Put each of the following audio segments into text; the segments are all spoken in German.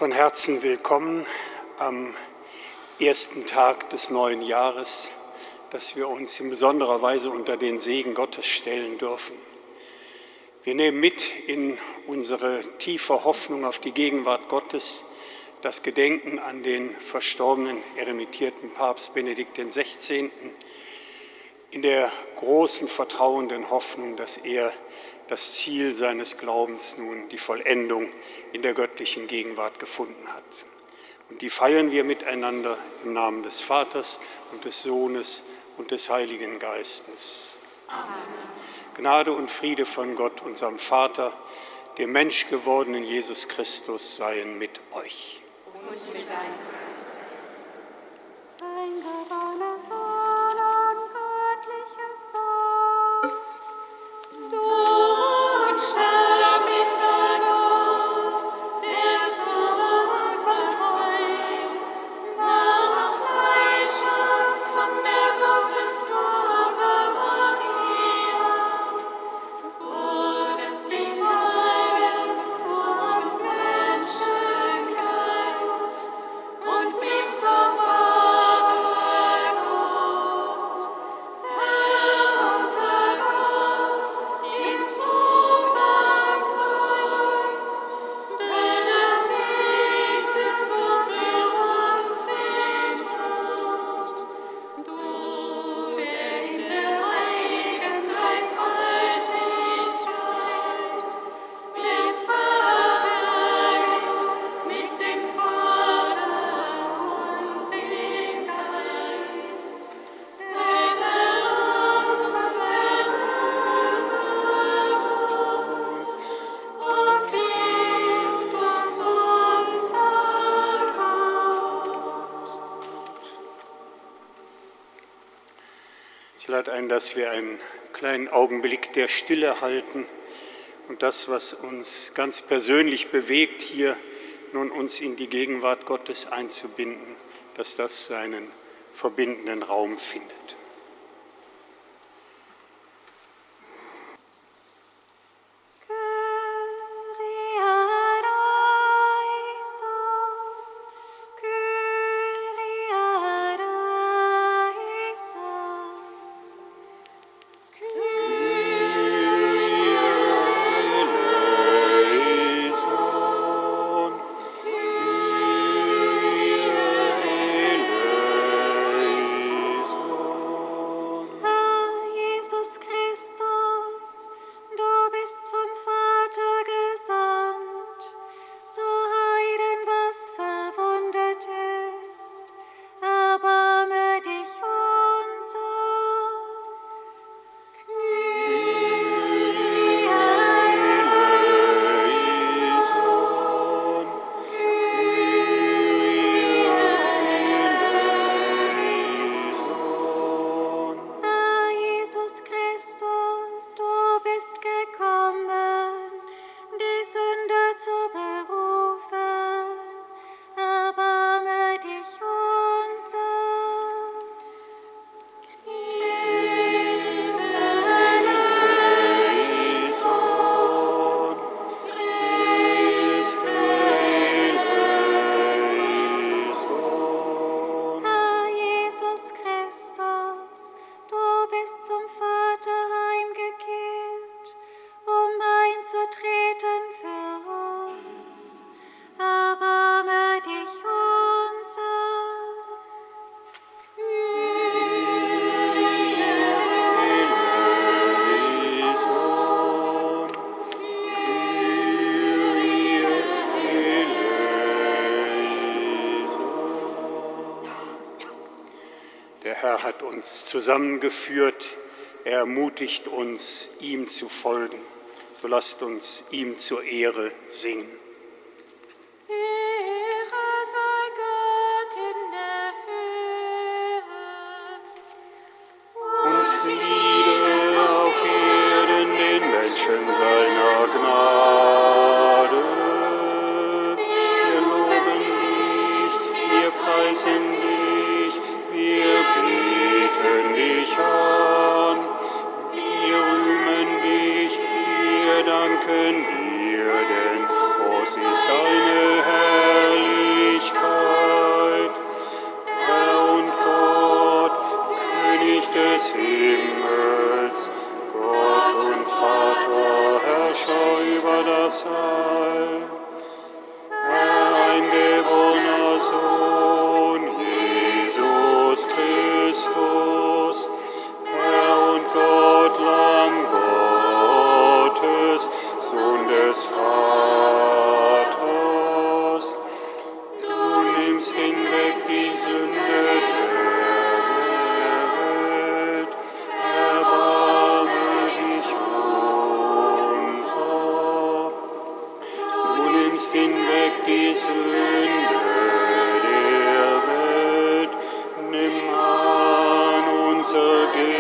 Von Herzen willkommen am ersten Tag des neuen Jahres, dass wir uns in besonderer Weise unter den Segen Gottes stellen dürfen. Wir nehmen mit in unsere tiefe Hoffnung auf die Gegenwart Gottes das Gedenken an den verstorbenen, eremitierten Papst Benedikt XVI. In der großen vertrauenden Hoffnung, dass er das Ziel seines Glaubens nun, die Vollendung in der göttlichen Gegenwart gefunden hat. Und die feiern wir miteinander im Namen des Vaters und des Sohnes und des Heiligen Geistes. Amen. Gnade und Friede von Gott, unserem Vater, dem Menschgewordenen Jesus Christus, seien mit euch. Und mit deinem Geist. Ich lade ein, dass wir einen kleinen Augenblick der Stille halten und das, was uns ganz persönlich bewegt, hier nun uns in die Gegenwart Gottes einzubinden, dass das seinen verbindenden Raum findet. Der Herr hat uns zusammengeführt, er ermutigt uns, ihm zu folgen. So lasst uns ihm zur Ehre singen. Seiner Gnade. Wir loben dich, wir preisen dich, wir beten dich an. Wir rühmen dich, wir danken dir, denn des Himmels, Gott und Vater, Herrscher über das All. Eingeborener Sohn, Jesus Christus, Herr und Gott, Lamm Gottes, Sohn des Vaters. Du nimmst hinweg die Sünde der Welt, erbarme dich unser. Du nimmst hinweg die Sünde der Welt, nimm an unser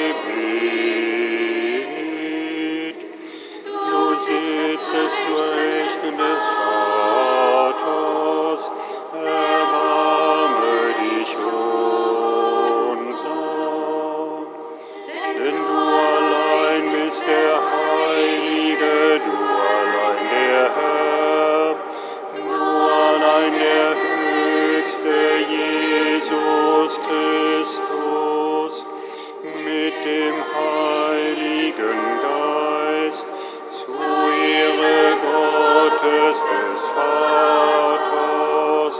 Gebet. Du sitzest zur Rechten des Vaters, erbarme dich unser. Denn du allein bist der Heilige, du allein der Herr, du allein der Höchste, Jesus Christus, mit dem Heiligen Geist, zu Ehre Gottes des Vaters.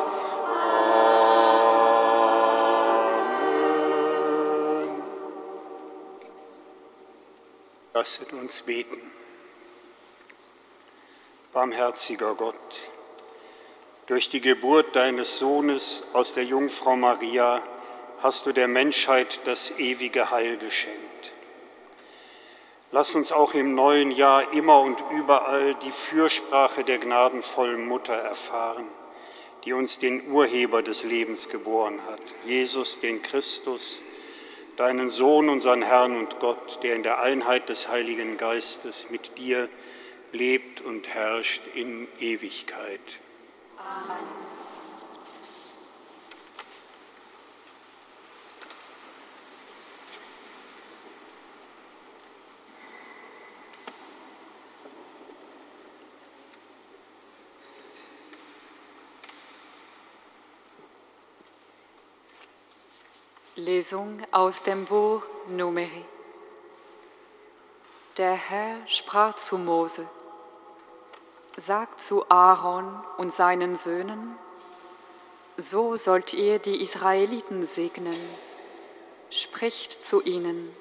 Amen. Lasset uns beten. Barmherziger Gott, durch die Geburt deines Sohnes aus der Jungfrau Maria hast du der Menschheit das ewige Heil geschenkt. Lass uns auch im neuen Jahr immer und überall die Fürsprache der gnadenvollen Mutter erfahren, die uns den Urheber des Lebens geboren hat, Jesus, den Christus, deinen Sohn, unseren Herrn und Gott, der in der Einheit des Heiligen Geistes mit dir lebt und herrscht in Ewigkeit. Amen. Lesung aus dem Buch Numeri. Der Herr sprach zu Mose: Sagt zu Aaron und seinen Söhnen: So sollt ihr die Israeliten segnen. Spricht zu ihnen: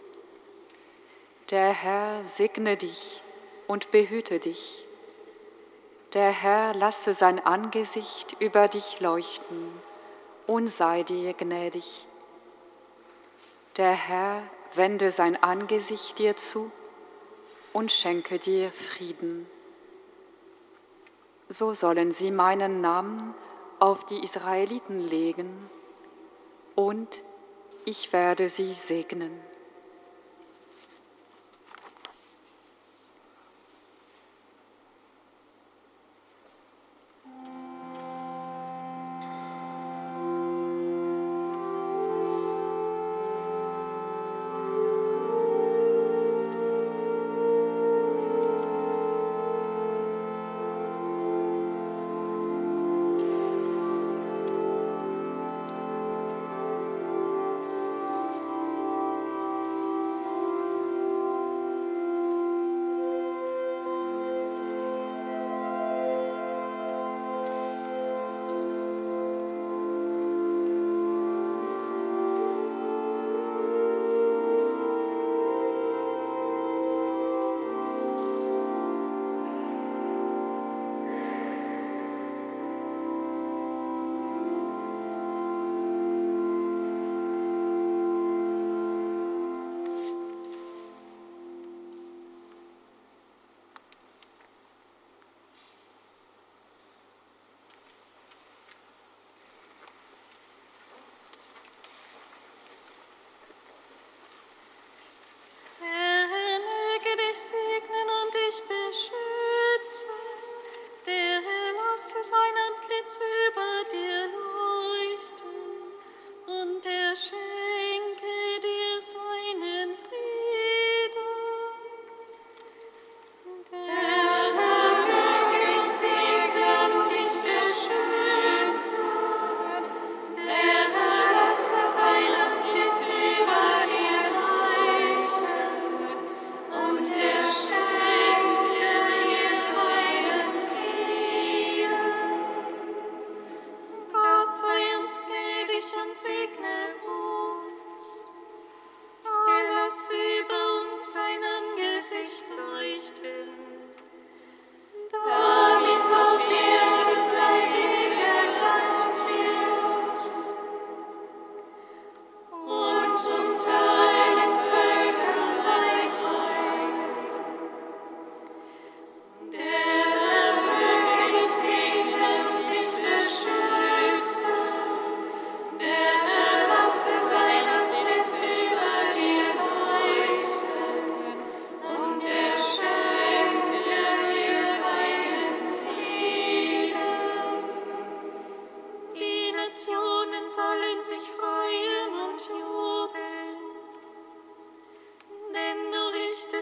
Der Herr segne dich und behüte dich. Der Herr lasse sein Angesicht über dich leuchten und sei dir gnädig. Der Herr wende sein Angesicht dir zu und schenke dir Frieden. So sollen sie meinen Namen auf die Israeliten legen, und ich werde sie segnen.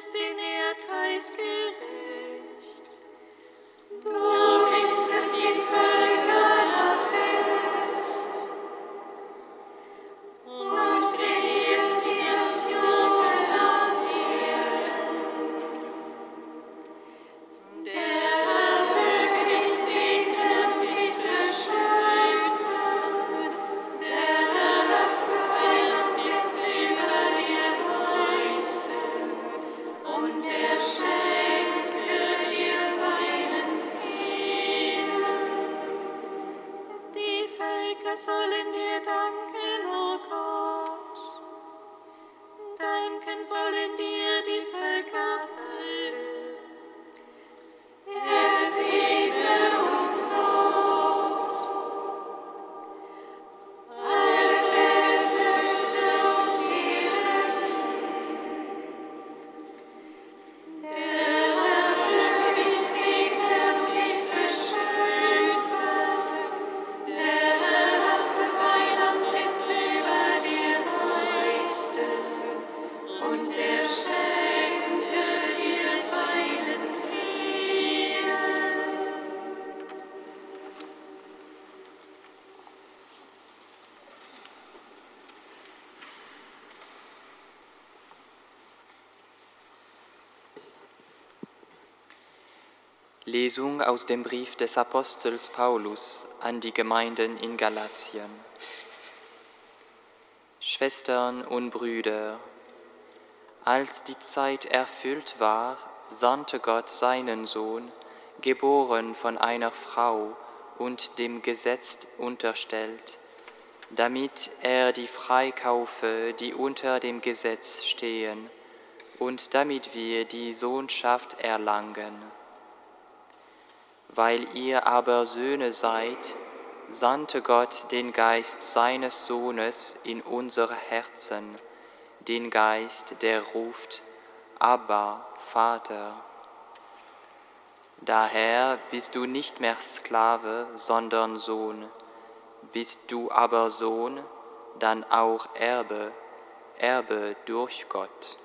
richtest den Erdkreis gerecht. Du richtest die Völker nach Recht und regierst die Nationen auf Erden. Der Herr möge dich segnen und dich beschützen. Der Herr lasse sein Antlitz über dir leuchten und er schenke dir seinen Frieden. Die Völker sollen dir danken, o Gott. Danken sollen dir die Völker alle. Es segne uns Gott. Alle Welt fürchte und ehre ihn. Der Herr möge dich segnen und dich beschützen. Der Herr lasse sein Antlitz über dir leuchten und er schenke dir seinen Frieden. Lesung aus dem Brief des Apostels Paulus an die Gemeinden in Galatien. Schwestern und Brüder, als die Zeit erfüllt war, sandte Gott seinen Sohn, geboren von einer Frau und dem Gesetz unterstellt, damit er die freikaufe, die unter dem Gesetz stehen, und damit wir die Sohnschaft erlangen. Weil ihr aber Söhne seid, sandte Gott den Geist seines Sohnes in unsere Herzen, den Geist, der ruft, Abba, Vater. Daher bist du nicht mehr Sklave, sondern Sohn. Bist du aber Sohn, dann auch Erbe, Erbe durch Gott.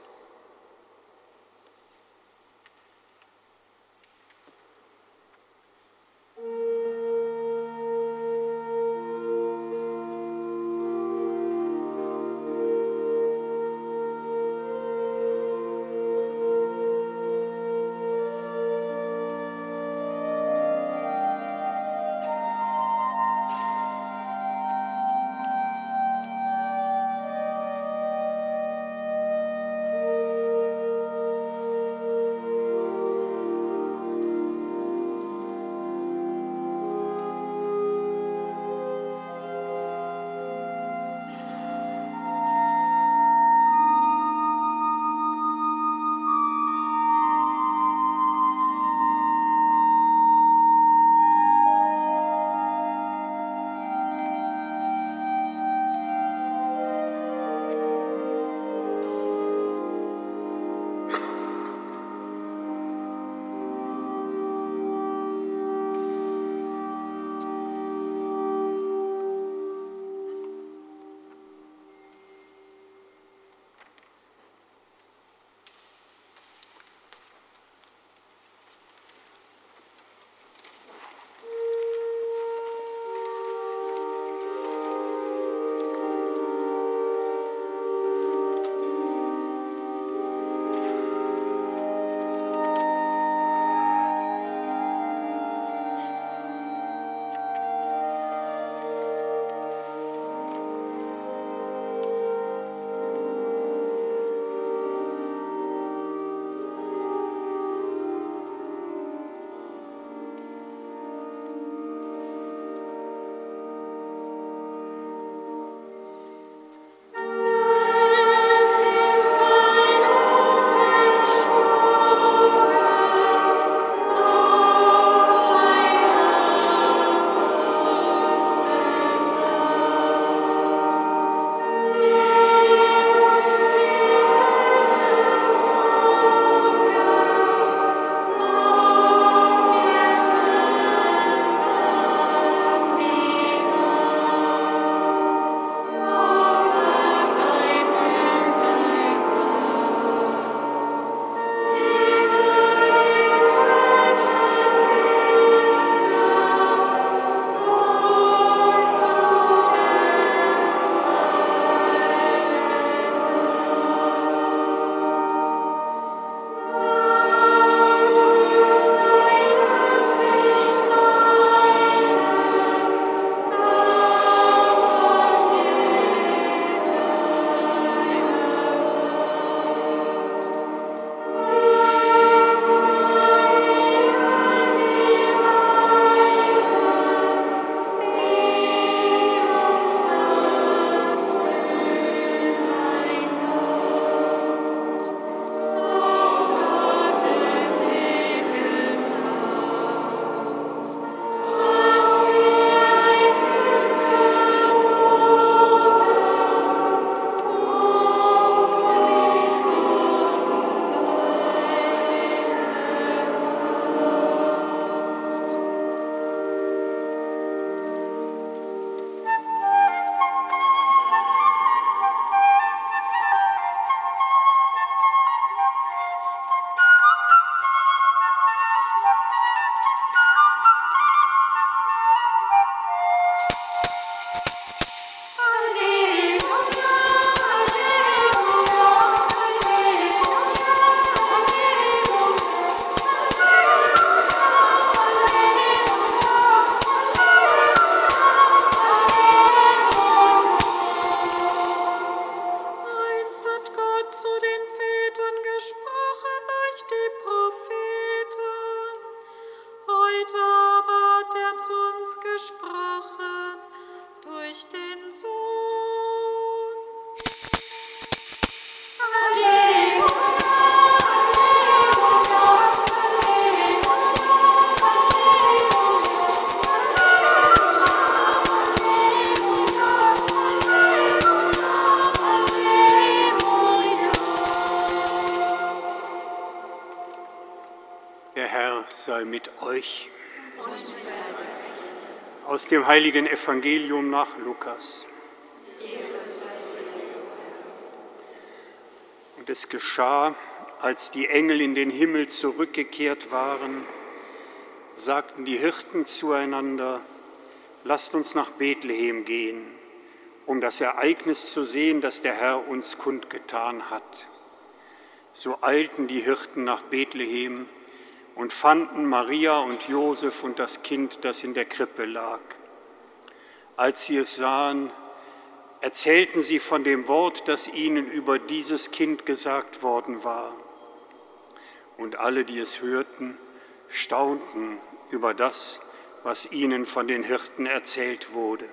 sei mit euch. Aus dem heiligen Evangelium nach Lukas. Und es geschah, als die Engel in den Himmel zurückgekehrt waren, sagten die Hirten zueinander: Lasst uns nach Bethlehem gehen, um das Ereignis zu sehen, das der Herr uns kundgetan hat. So eilten die Hirten nach Bethlehem und fanden Maria und Josef und das Kind, das in der Krippe lag. Als sie es sahen, erzählten sie von dem Wort, das ihnen über dieses Kind gesagt worden war. Und alle, die es hörten, staunten über das, was ihnen von den Hirten erzählt wurde.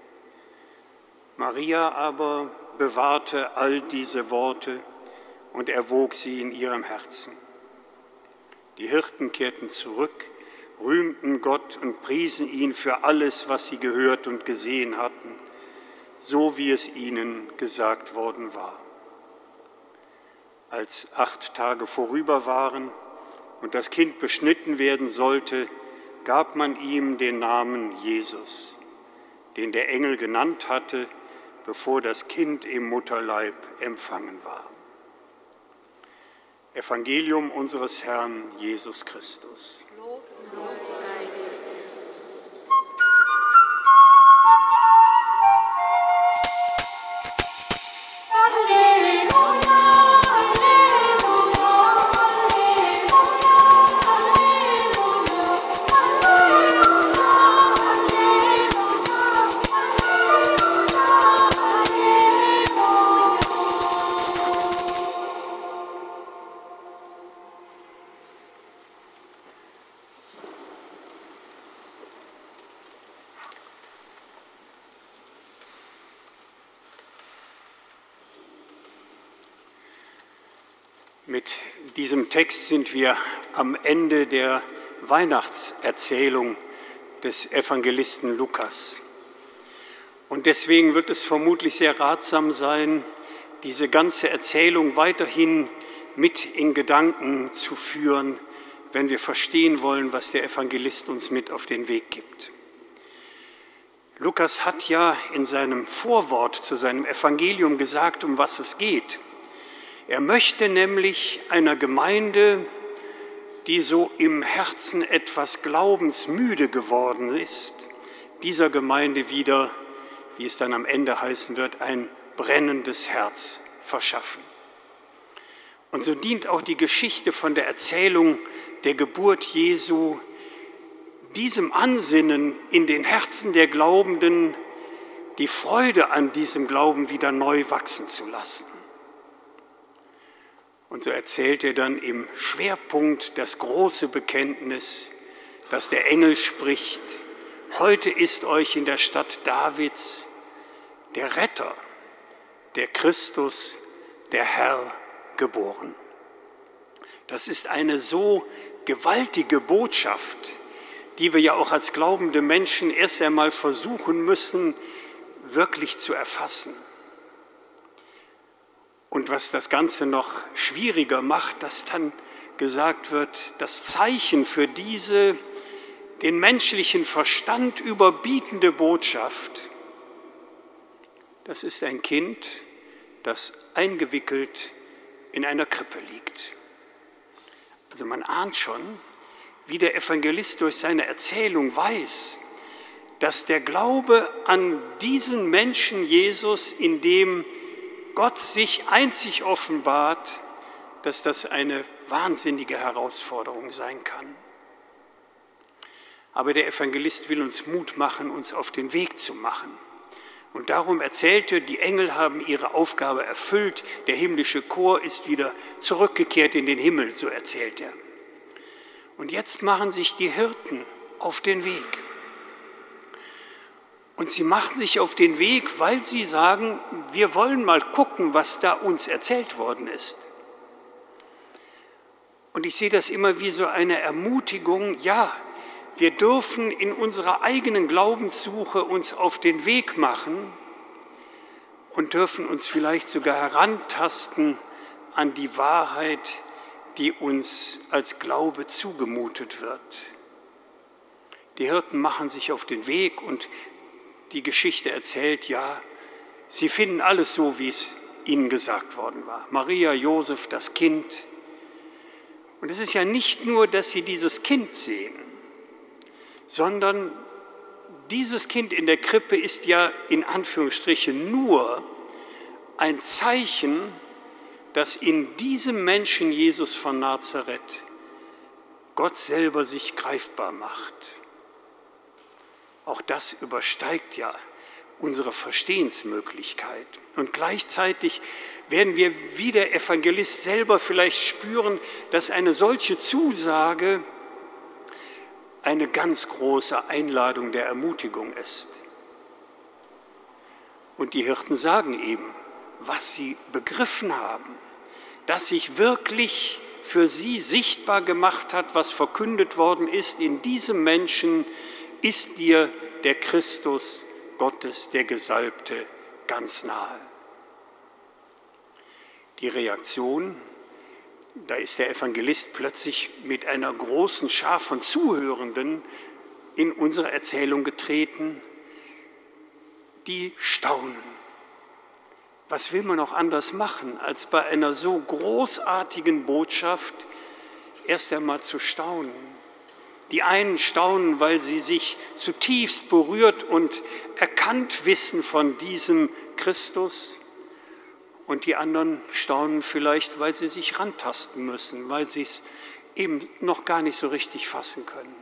Maria aber bewahrte all diese Worte und erwog sie in ihrem Herzen. Die Hirten kehrten zurück, rühmten Gott und priesen ihn für alles, was sie gehört und gesehen hatten, so wie es ihnen gesagt worden war. Als 8 Tage vorüber waren und das Kind beschnitten werden sollte, gab man ihm den Namen Jesus, den der Engel genannt hatte, bevor das Kind im Mutterleib empfangen war. Evangelium unseres Herrn Jesus Christus. Mit diesem Text sind wir am Ende der Weihnachtserzählung des Evangelisten Lukas. Und deswegen wird es vermutlich sehr ratsam sein, diese ganze Erzählung weiterhin mit in Gedanken zu führen, wenn wir verstehen wollen, was der Evangelist uns mit auf den Weg gibt. Lukas hat ja in seinem Vorwort zu seinem Evangelium gesagt, um was es geht. Er möchte nämlich einer Gemeinde, die so im Herzen etwas glaubensmüde geworden ist, dieser Gemeinde wieder, wie es dann am Ende heißen wird, ein brennendes Herz verschaffen. Und so dient auch die Geschichte von der Erzählung der Geburt Jesu diesem Ansinnen, in den Herzen der Glaubenden die Freude an diesem Glauben wieder neu wachsen zu lassen. Und so erzählt er dann im Schwerpunkt das große Bekenntnis, dass der Engel spricht: Heute ist euch in der Stadt Davids der Retter, der Christus, der Herr, geboren. Das ist eine so gewaltige Botschaft, die wir ja auch als glaubende Menschen erst einmal versuchen müssen, wirklich zu erfassen. Und was das Ganze noch schwieriger macht, dass dann gesagt wird, das Zeichen für diese den menschlichen Verstand überbietende Botschaft, das ist ein Kind, das eingewickelt in einer Krippe liegt. Also man ahnt schon, wie der Evangelist durch seine Erzählung weiß, dass der Glaube an diesen Menschen Jesus, in dem Gott sich einzig offenbart, dass das eine wahnsinnige Herausforderung sein kann. Aber der Evangelist will uns Mut machen, uns auf den Weg zu machen. Und darum erzählt er, die Engel haben ihre Aufgabe erfüllt, der himmlische Chor ist wieder zurückgekehrt in den Himmel, so erzählt er. Und jetzt machen sich die Hirten auf den Weg. Und sie machen sich auf den Weg, weil sie sagen, wir wollen mal gucken, was da uns erzählt worden ist. Und ich sehe das immer wie so eine Ermutigung, ja, wir dürfen in unserer eigenen Glaubenssuche uns auf den Weg machen und dürfen uns vielleicht sogar herantasten an die Wahrheit, die uns als Glaube zugemutet wird. Die Hirten machen sich auf den Weg und die Geschichte erzählt, ja, sie finden alles so, wie es ihnen gesagt worden war. Maria, Josef, das Kind. Und es ist ja nicht nur, dass sie dieses Kind sehen, sondern dieses Kind in der Krippe ist ja in Anführungsstrichen nur ein Zeichen, dass in diesem Menschen Jesus von Nazareth Gott selber sich greifbar macht. Auch das übersteigt ja unsere Verstehensmöglichkeit. Und gleichzeitig werden wir wie der Evangelist selber vielleicht spüren, dass eine solche Zusage eine ganz große Einladung der Ermutigung ist. Und die Hirten sagen eben, was sie begriffen haben, dass sich wirklich für sie sichtbar gemacht hat, was verkündet worden ist, in diesem Menschen ist dir der Christus Gottes, der Gesalbte, ganz nahe. Die Reaktion, da ist der Evangelist plötzlich mit einer großen Schar von Zuhörenden in unsere Erzählung getreten, die staunen. Was will man auch anders machen, als bei einer so großartigen Botschaft erst einmal zu staunen? Die einen staunen, weil sie sich zutiefst berührt und erkannt wissen von diesem Christus. Und die anderen staunen vielleicht, weil sie sich rantasten müssen, weil sie es eben noch gar nicht so richtig fassen können.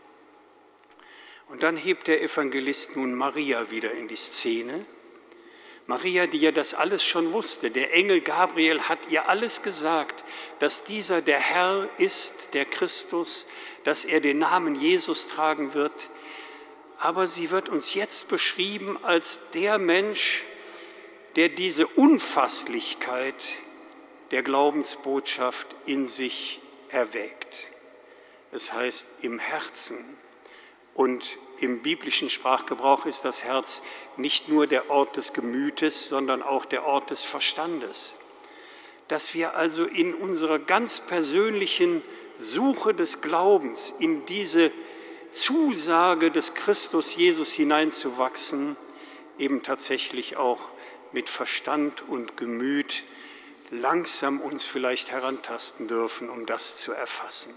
Und dann hebt der Evangelist nun Maria wieder in die Szene. Maria, die ja das alles schon wusste, der Engel Gabriel hat ihr alles gesagt, dass dieser der Herr ist, der Christus, dass er den Namen Jesus tragen wird. Aber sie wird uns jetzt beschrieben als der Mensch, der diese Unfasslichkeit der Glaubensbotschaft in sich erwägt. Es heißt im Herzen. Und im biblischen Sprachgebrauch ist das Herz nicht nur der Ort des Gemütes, sondern auch der Ort des Verstandes. Dass wir also in unserer ganz persönlichen Suche des Glaubens, in diese Zusage des Christus Jesus hineinzuwachsen, eben tatsächlich auch mit Verstand und Gemüt langsam uns vielleicht herantasten dürfen, um das zu erfassen.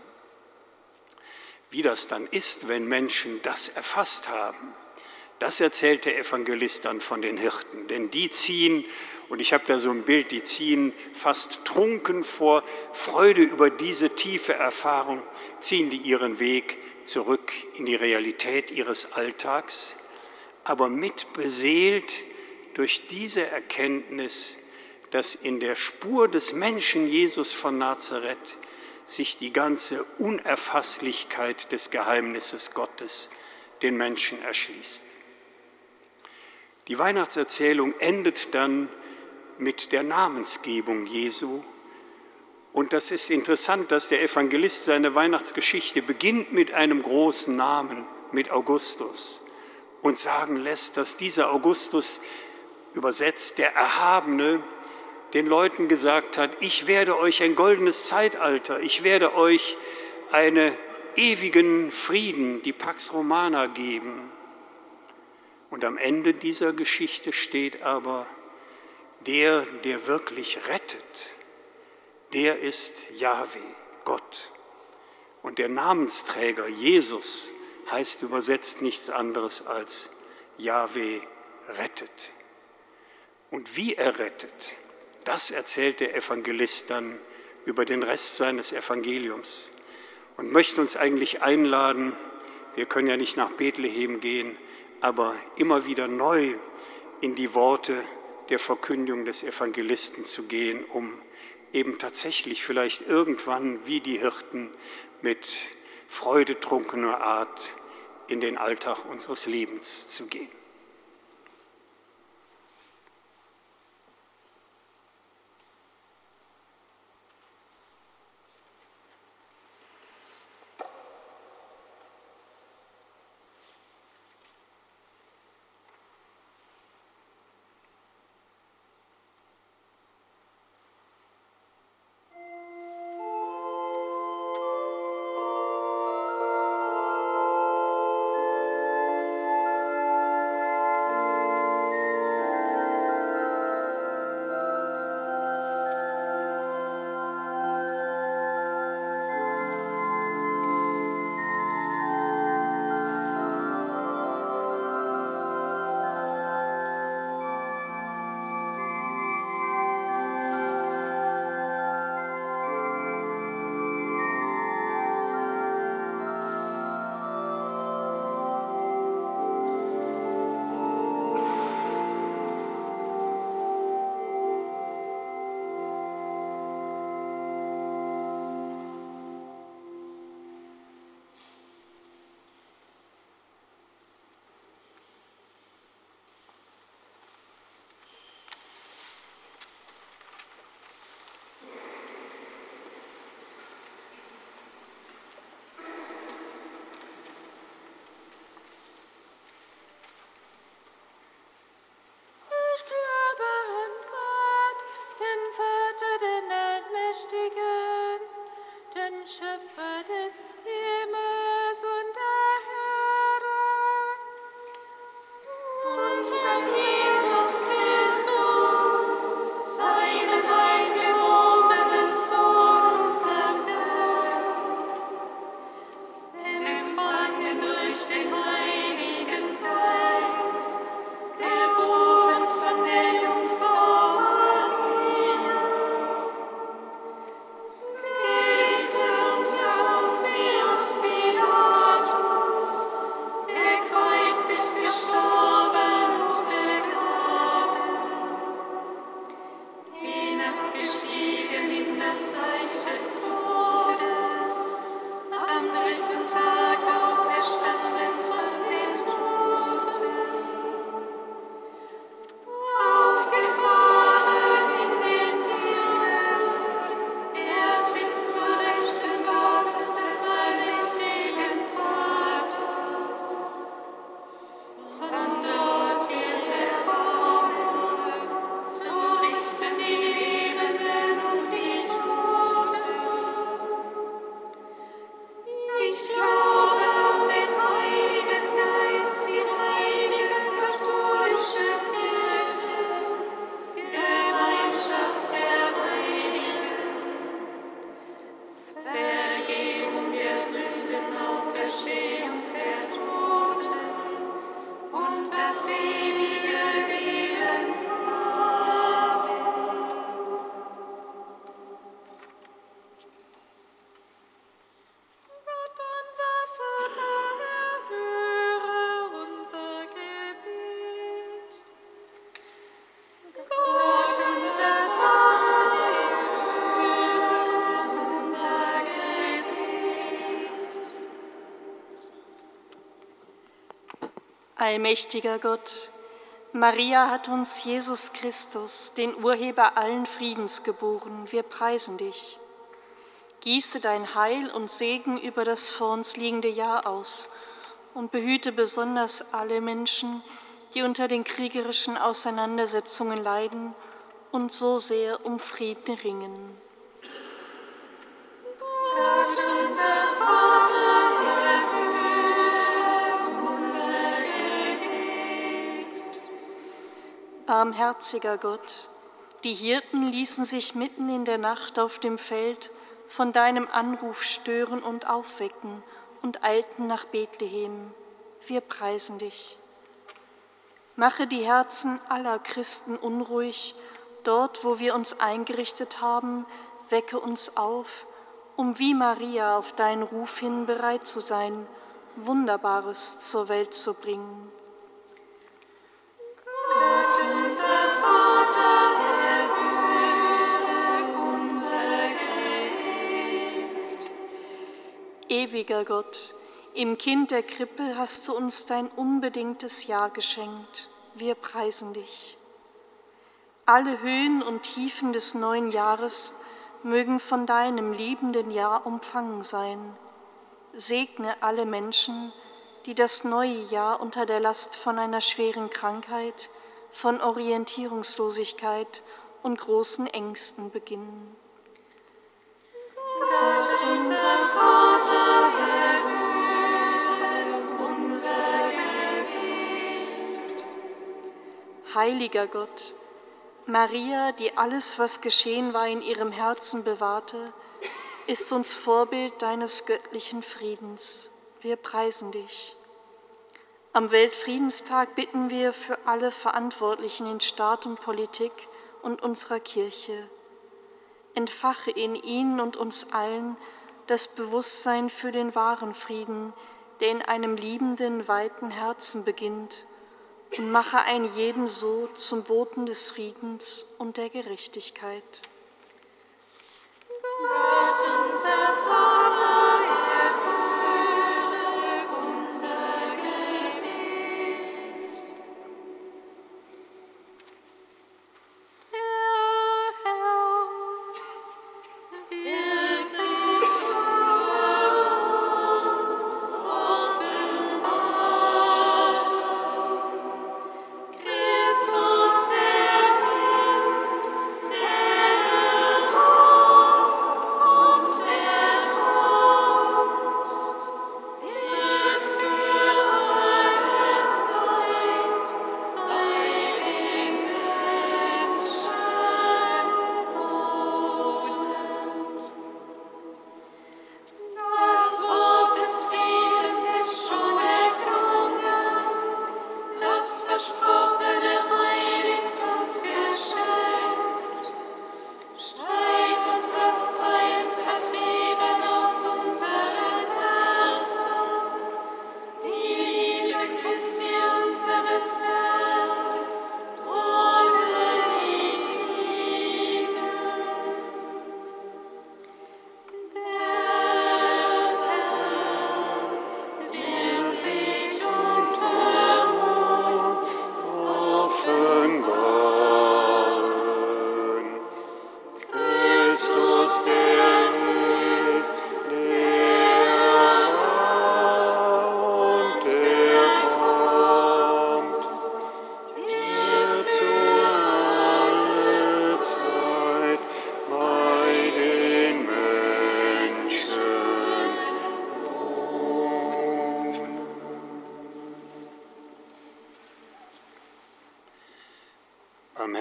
Wie das dann ist, wenn Menschen das erfasst haben, das erzählt der Evangelist dann von den Hirten. Denn die ziehen, und ich habe da so ein Bild, die ziehen fast trunken vor Freude über diese tiefe Erfahrung, ziehen die ihren Weg zurück in die Realität ihres Alltags, aber mit beseelt durch diese Erkenntnis, dass in der Spur des Menschen Jesus von Nazareth sich die ganze Unerfasslichkeit des Geheimnisses Gottes den Menschen erschließt. Die Weihnachtserzählung endet dann mit der Namensgebung Jesu. Und das ist interessant, dass der Evangelist seine Weihnachtsgeschichte beginnt mit einem großen Namen, mit Augustus, und sagen lässt, dass dieser Augustus, übersetzt der Erhabene, den Leuten gesagt hat, ich werde euch ein goldenes Zeitalter, ich werde euch einen ewigen Frieden, die Pax Romana geben. Und am Ende dieser Geschichte steht aber, der wirklich rettet, der ist Jahwe, Gott. Und der Namensträger Jesus heißt übersetzt nichts anderes als Jahwe rettet. Und wie er rettet, das erzählt der Evangelist dann über den Rest seines Evangeliums und möchte uns eigentlich einladen, wir können ja nicht nach Bethlehem gehen, aber immer wieder neu in die Worte der Verkündigung des Evangelisten zu gehen, um eben tatsächlich vielleicht irgendwann wie die Hirten mit freudetrunkener Art in den Alltag unseres Lebens zu gehen. Schöpfer des Himmels und der Erde, und an Jesus Christus, seinen eingeborenen Sohn, unseren Herrn, empfangen durch den Heiligen Geist, geboren von der Jungfrau Maria, gelitten unter Pontius Pilatus, gekreuzigt, gestorben und begraben, hinabgestiegen in das Reich des Todes, am dritten Tag auferstanden von den Toten, aufgefahren in den Himmel, er sitzt zur Rechten Gottes des allmächtigen Vaters. Von dort wird er kommen, zu richten die Lebenden und die Toten. Ich glaube an den Heiligen Geist, die heilige katholische Kirche, Gemeinschaft der Heiligen, Vergebung der Sünden, Auferstehung der Toten und das ewige Leben. Amen. Gott, unser Vater, erhöre unser Gebet. Gott, unser Vater, erhöre unser Gebet. Allmächtiger Gott, Maria hat uns Jesus Christus, den Urheber allen Friedens, geboren. Wir preisen dich. Gieße dein Heil und Segen über das vor uns liegende Jahr aus und behüte besonders alle Menschen, die unter den kriegerischen Auseinandersetzungen leiden und so sehr um Frieden ringen. Gott, unser Vater, erhöre unser Gebet. Barmherziger Gott, die Hirten ließen sich mitten in der Nacht auf dem Feld von deinem Anruf stören und aufwecken und eilten nach Bethlehem. Wir preisen dich. Mache die Herzen aller Christen unruhig. Dort, wo wir uns eingerichtet haben, wecke uns auf, um wie Maria auf deinen Ruf hin bereit zu sein, Wunderbares zur Welt zu bringen. Gott, unser Vater, erhöre unser Gebet. Ewiger Gott, im Kind der Krippe hast du uns dein unbedingtes Ja geschenkt. Wir preisen dich. Alle Höhen und Tiefen des neuen Jahres mögen von deinem liebenden Ja umfangen sein. Segne alle Menschen, die das neue Jahr unter der Last von einer schweren Krankheit, von Orientierungslosigkeit und großen Ängsten beginnen. Gott, unser Vater, erhöre unser Gebet. Heiliger Gott, Maria, die alles, was geschehen war, in ihrem Herzen bewahrte, ist uns Vorbild deines göttlichen Friedens. Wir preisen dich. Am Weltfriedenstag bitten wir für alle Verantwortlichen in Staat und Politik und unserer Kirche. Entfache in ihnen und uns allen das Bewusstsein für den wahren Frieden, der in einem liebenden, weiten Herzen beginnt, und mache einen jeden so zum Boten des Friedens und der Gerechtigkeit. Gott, unser Vater, erhöre unser Gebet. Der Herr wird sich uns offenbaren. Christus, der ist, der war und der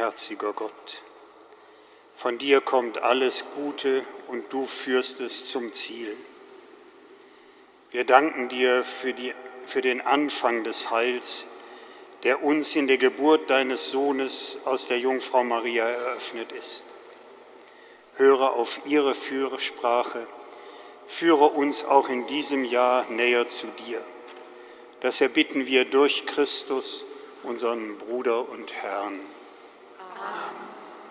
barmherziger Gott. Von dir kommt alles Gute und du führst es zum Ziel. Wir danken dir für den Anfang des Heils, der uns in der Geburt deines Sohnes aus der Jungfrau Maria eröffnet ist. Höre auf ihre Fürsprache, führe uns auch in diesem Jahr näher zu dir. Das erbitten wir durch Christus, unseren Bruder und Herrn. Amen.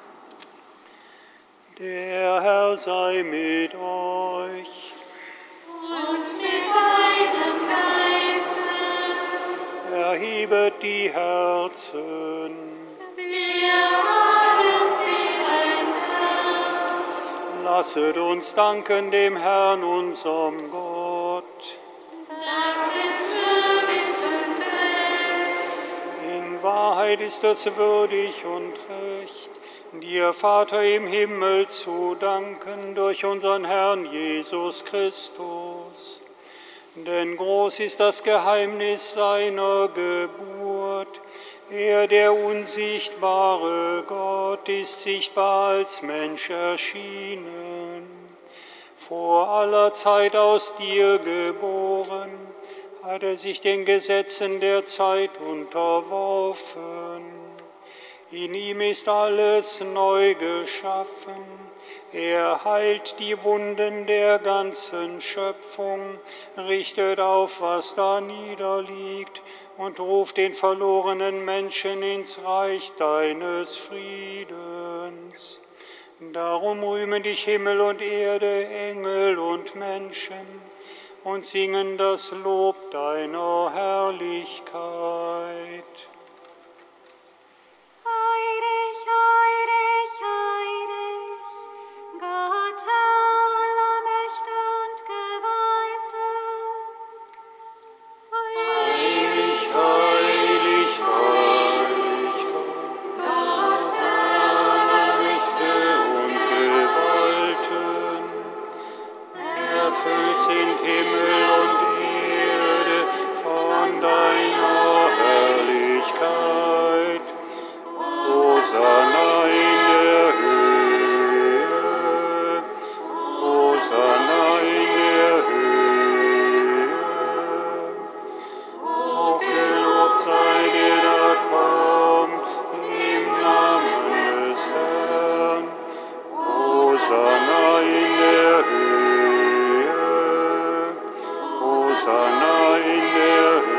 Der Herr sei mit euch. Und mit deinem Geiste. Erhebet die Herzen. Wir haben sie beim Herrn. Lasset uns danken dem Herrn, unserem Gott. Das ist würdig und recht. In Wahrheit ist es würdig und recht, dir, Vater im Himmel, zu danken durch unseren Herrn Jesus Christus. Denn groß ist das Geheimnis seiner Geburt. Er, der unsichtbare Gott, ist sichtbar als Mensch erschienen. Vor aller Zeit aus dir geboren, hat er sich den Gesetzen der Zeit unterworfen. In ihm ist alles neu geschaffen. Er heilt die Wunden der ganzen Schöpfung, richtet auf, was da niederliegt, und ruft den verlorenen Menschen ins Reich deines Friedens. Darum rühmen dich Himmel und Erde, Engel und Menschen, und singen das Lob deiner Herrlichkeit. Heilig, heilig, heilig, Gott aller Mächte und Gewalten. Heilig, heilig, heilig, Gott aller Mächte und Gewalten. Erfüllt sind Himmel und Erde von deiner Herrlichkeit. Hosanna in der Höhe, Hosanna in der Höhe. Hochgelobt sei der da kommt, im Namen des Herrn. Hosanna in der Höhe, Hosanna in der Höhe.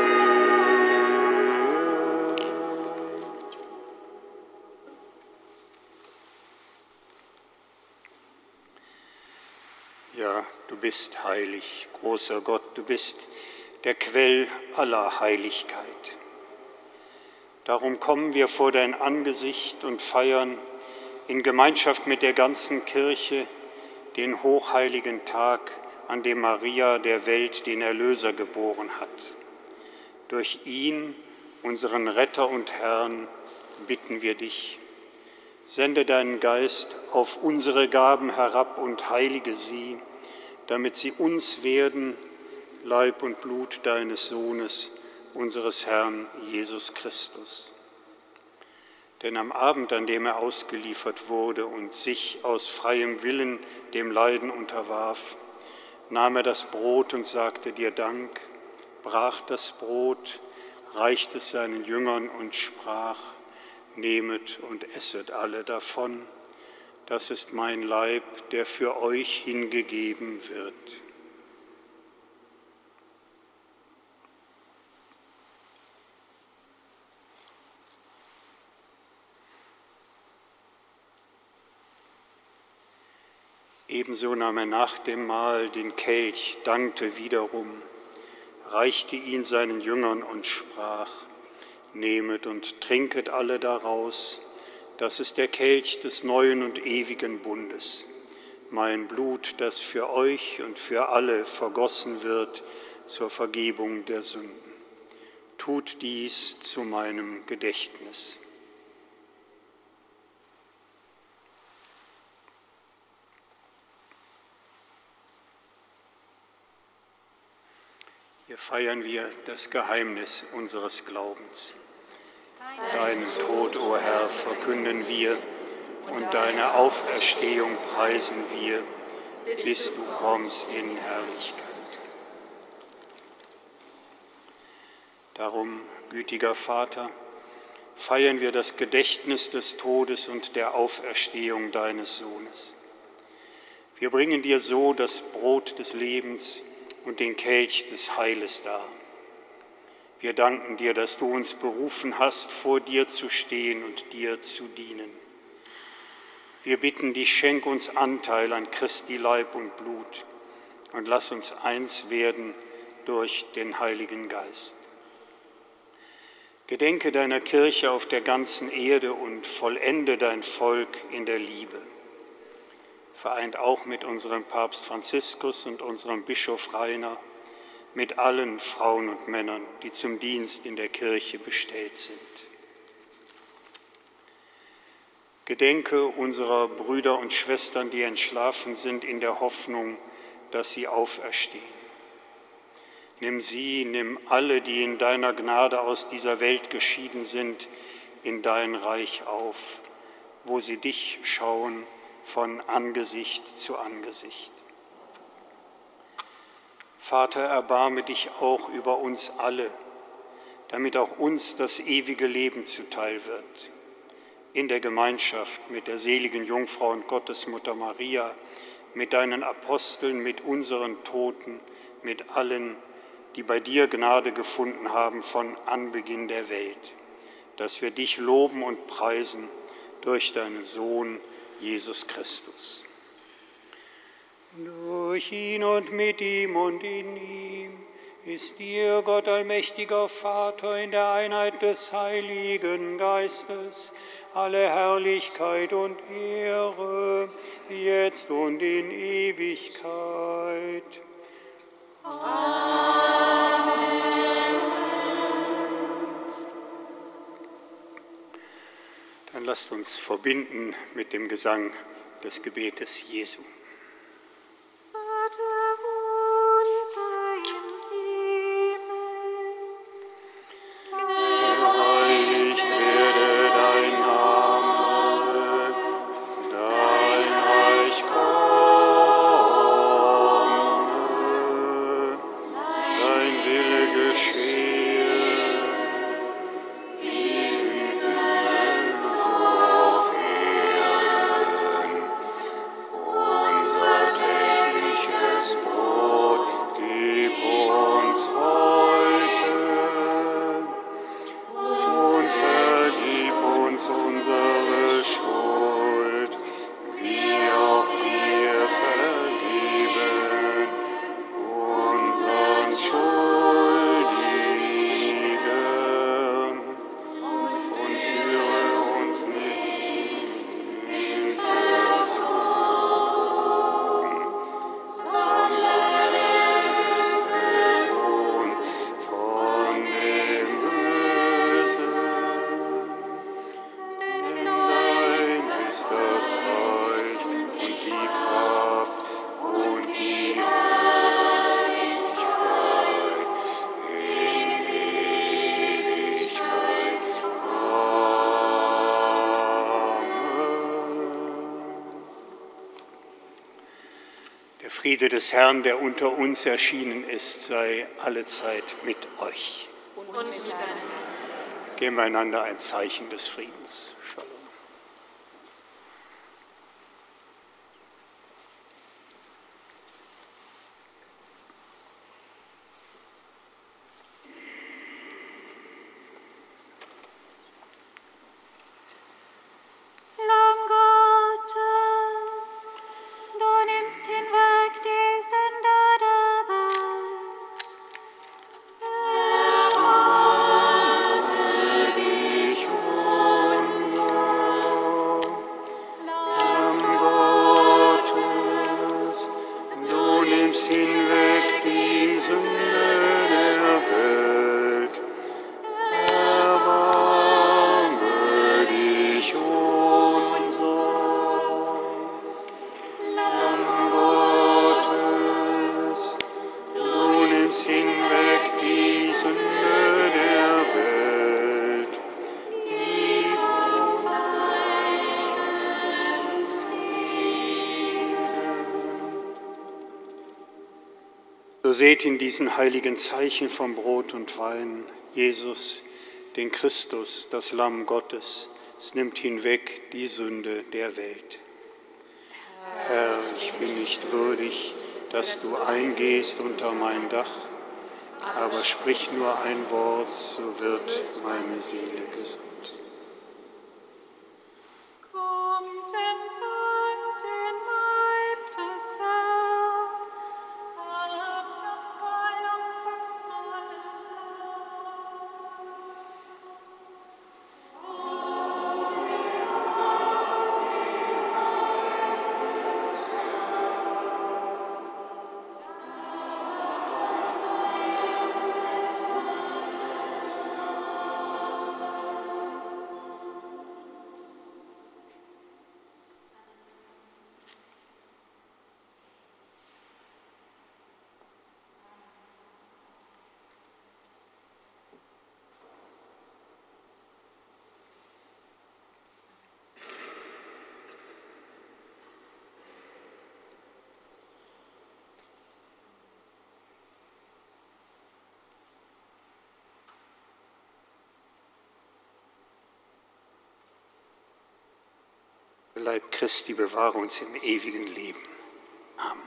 Ja, du bist heilig, großer Gott, du bist der Quell aller Heiligkeit. Darum kommen wir vor dein Angesicht und feiern in Gemeinschaft mit der ganzen Kirche den hochheiligen Tag, an dem Maria der Welt den Erlöser geboren hat. Durch ihn, unseren Retter und Herrn, bitten wir dich, sende deinen Geist auf unsere Gaben herab und heilige sie, damit sie uns werden, Leib und Blut deines Sohnes, unseres Herrn Jesus Christus. Denn am Abend, an dem er ausgeliefert wurde und sich aus freiem Willen dem Leiden unterwarf, nahm er das Brot und sagte dir Dank, brach das Brot, reichte es seinen Jüngern und sprach: Nehmet und esset alle davon, das ist mein Leib, der für euch hingegeben wird. Ebenso nahm er nach dem Mahl den Kelch, dankte wiederum, reichte ihn seinen Jüngern und sprach: Nehmet und trinket alle daraus, das ist der Kelch des neuen und ewigen Bundes, mein Blut, das für euch und für alle vergossen wird zur Vergebung der Sünden. Tut dies zu meinem Gedächtnis. Hier feiern wir das Geheimnis unseres Glaubens. Deinen Tod, o Herr, verkünden wir und deine Auferstehung preisen wir, bis du kommst in Herrlichkeit. Darum, gütiger Vater, feiern wir das Gedächtnis des Todes und der Auferstehung deines Sohnes. Wir bringen dir so das Brot des Lebens und den Kelch des Heiles dar. Wir danken dir, dass du uns berufen hast, vor dir zu stehen und dir zu dienen. Wir bitten dich, schenk uns Anteil an Christi Leib und Blut und lass uns eins werden durch den Heiligen Geist. Gedenke deiner Kirche auf der ganzen Erde und vollende dein Volk in der Liebe. Vereint auch mit unserem Papst Franziskus und unserem Bischof Rainer, mit allen Frauen und Männern, die zum Dienst in der Kirche bestellt sind. Gedenke unserer Brüder und Schwestern, die entschlafen sind, in der Hoffnung, dass sie auferstehen. Nimm sie, nimm alle, die in deiner Gnade aus dieser Welt geschieden sind, in dein Reich auf, wo sie dich schauen von Angesicht zu Angesicht. Vater, erbarme dich auch über uns alle, damit auch uns das ewige Leben zuteil wird. In der Gemeinschaft mit der seligen Jungfrau und Gottesmutter Maria, mit deinen Aposteln, mit unseren Toten, mit allen, die bei dir Gnade gefunden haben von Anbeginn der Welt, dass wir dich loben und preisen durch deinen Sohn, Jesus Christus. Durch ihn und mit ihm und in ihm ist dir, Gott allmächtiger Vater, in der Einheit des Heiligen Geistes, alle Herrlichkeit und Ehre, jetzt und in Ewigkeit. Dann lasst uns verbinden mit dem Gesang des Gebetes Jesu. Vater unser im Himmel, Geheiligt werde dein Name, dein Reich komme, dein Wille geschehe, wie im Himmel so auf Erden. Unser tägliches Brot gib uns heute und vergib uns unsere Schuld, wie auch wir vergeben unseren Schuldigen. Und führe uns nicht in Versuchung, sondern erlöse uns von dem Bösen. Denn dein ist das Reich und die Kraft und die Herrlichkeit in Ewigkeit. Amen. Der Friede des Herrn, der unter uns erschienen ist, sei allezeit mit euch. und mit deinem Geist. Geben wir einander ein Zeichen des Friedens. Shalom. Lamm Gottes, du nimmst hinweg die Sünde der Welt. Erbarme dich unser. Lamm Gottes, du nimmst hinweg die Sünde der Welt. Erbarme dich unser. Lamm Gottes, So seht in diesen heiligen Zeichen von Brot und Wein Jesus, den Christus, das Lamm Gottes. Es nimmt hinweg die Sünde der Welt. Herr, ich bin nicht würdig, dass du eingehst unter mein Dach, aber sprich nur ein Wort, so wird meine Seele gesund. Kommt, empfangt den Leib des Herrn, habt Anteil am Festmahl des Herrn. Leib Christi, bewahre uns im ewigen Leben. Amen.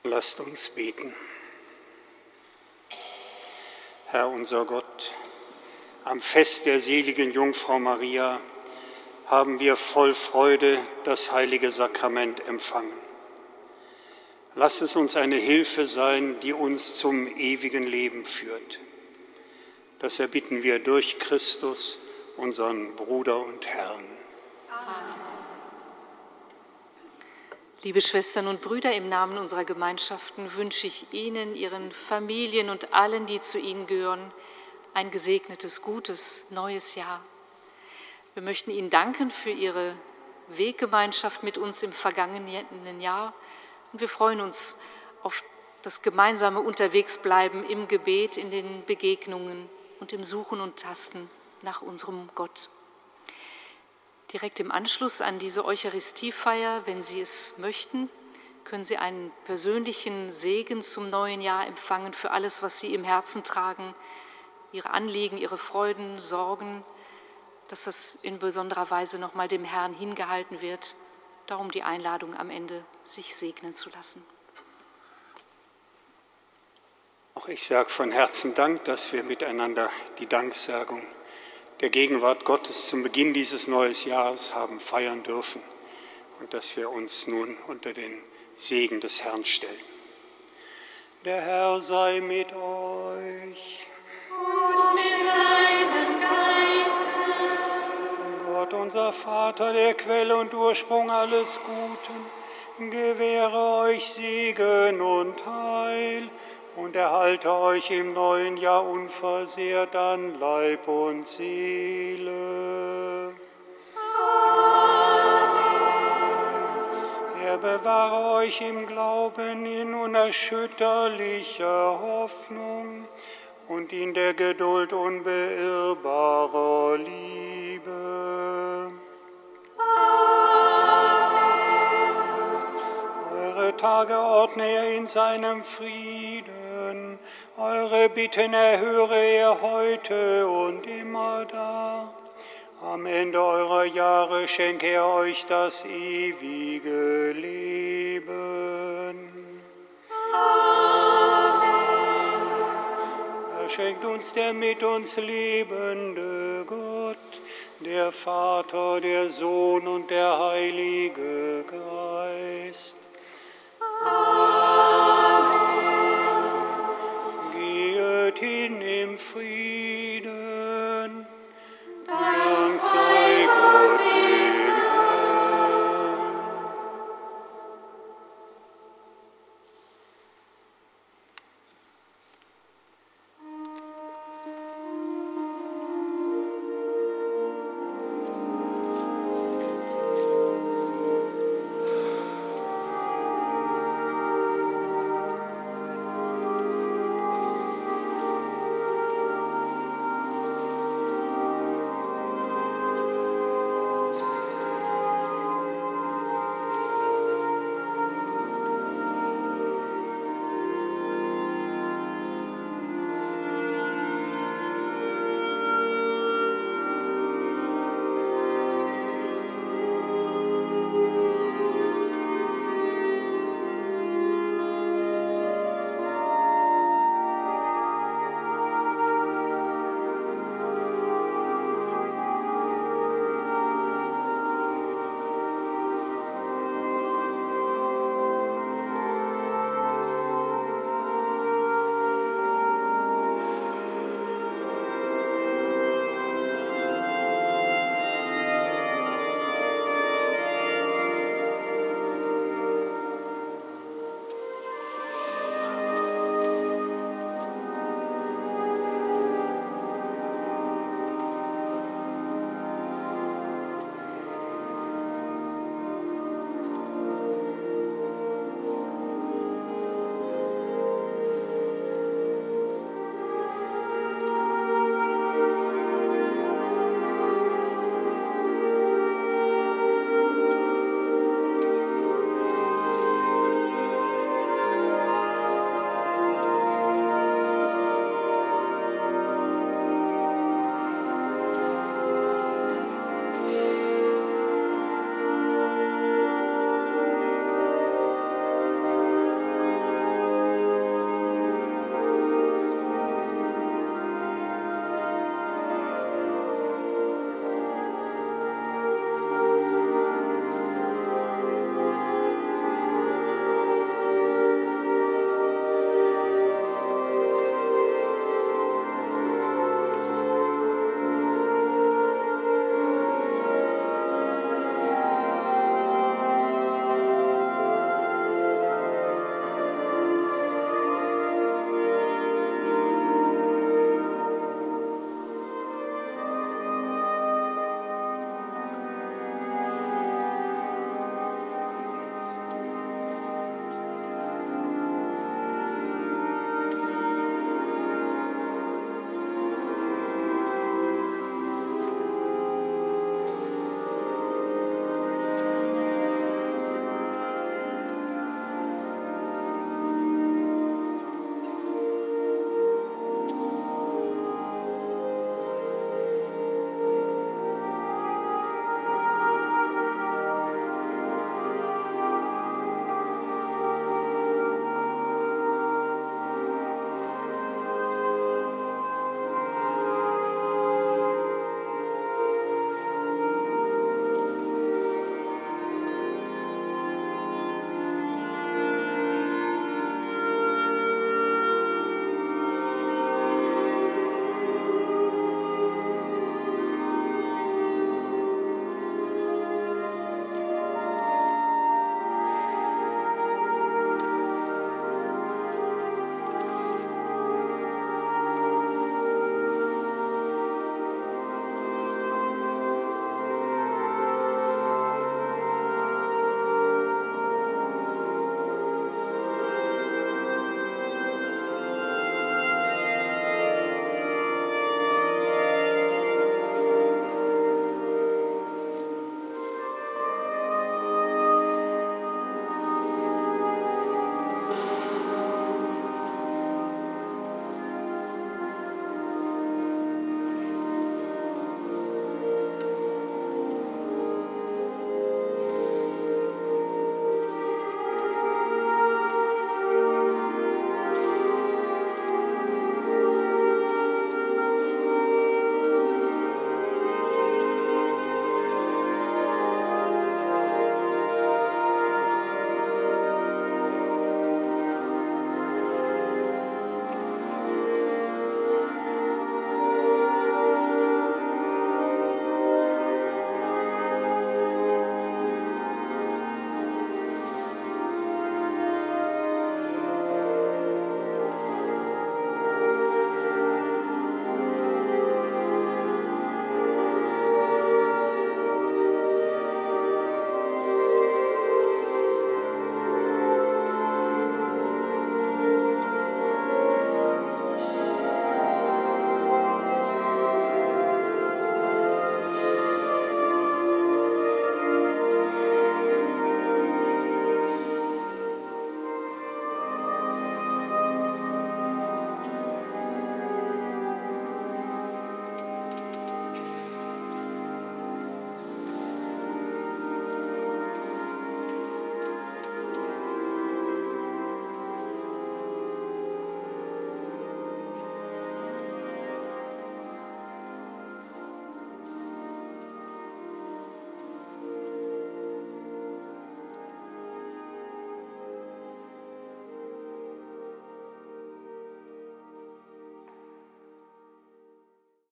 Lasst uns beten. Herr unser Gott, am Fest der seligen Jungfrau Maria haben wir voll Freude das heilige Sakrament empfangen. Lass es uns eine Hilfe sein, die uns zum ewigen Leben führt. Das erbitten wir durch Christus, unseren Bruder und Herrn. Amen. Liebe Schwestern und Brüder, im Namen unserer Gemeinschaften wünsche ich Ihnen, Ihren Familien und allen, die zu Ihnen gehören, ein gesegnetes, gutes, neues Jahr. Wir möchten Ihnen danken für Ihre Weggemeinschaft mit uns im vergangenen Jahr und wir freuen uns auf das gemeinsame Unterwegsbleiben im Gebet, in den Begegnungen und im Suchen und Tasten nach unserem Gott. Direkt im Anschluss an diese Eucharistiefeier, wenn Sie es möchten, können Sie einen persönlichen Segen zum neuen Jahr empfangen für alles, was Sie im Herzen tragen, Ihre Anliegen, Ihre Freuden, Sorgen, dass das in besonderer Weise nochmal dem Herrn hingehalten wird. Darum die Einladung am Ende, sich segnen zu lassen. Auch ich sage von Herzen Dank, dass wir miteinander die Danksagung der Gegenwart Gottes zum Beginn dieses neuen Jahres haben feiern dürfen und dass wir uns nun unter den Segen des Herrn stellen. Der Herr sei mit euch. Und mit deinem Geiste. Gott, unser Vater, der Quelle und Ursprung alles Guten, gewähre euch Segen und Heil und erhalte euch im neuen Jahr unversehrt an Leib und Seele. Er bewahre euch im Glauben in unerschütterlicher Hoffnung und in der Geduld unbeirrbarer Liebe. Eure Tage ordne er in seinem Frieden, eure Bitten erhöre er heute und immerdar. Am Ende eurer Jahre schenke er euch das ewige Leben. Amen. Er schenkt uns der mit uns lebende Gott, der Vater, der Sohn und der Heilige Geist. Amen.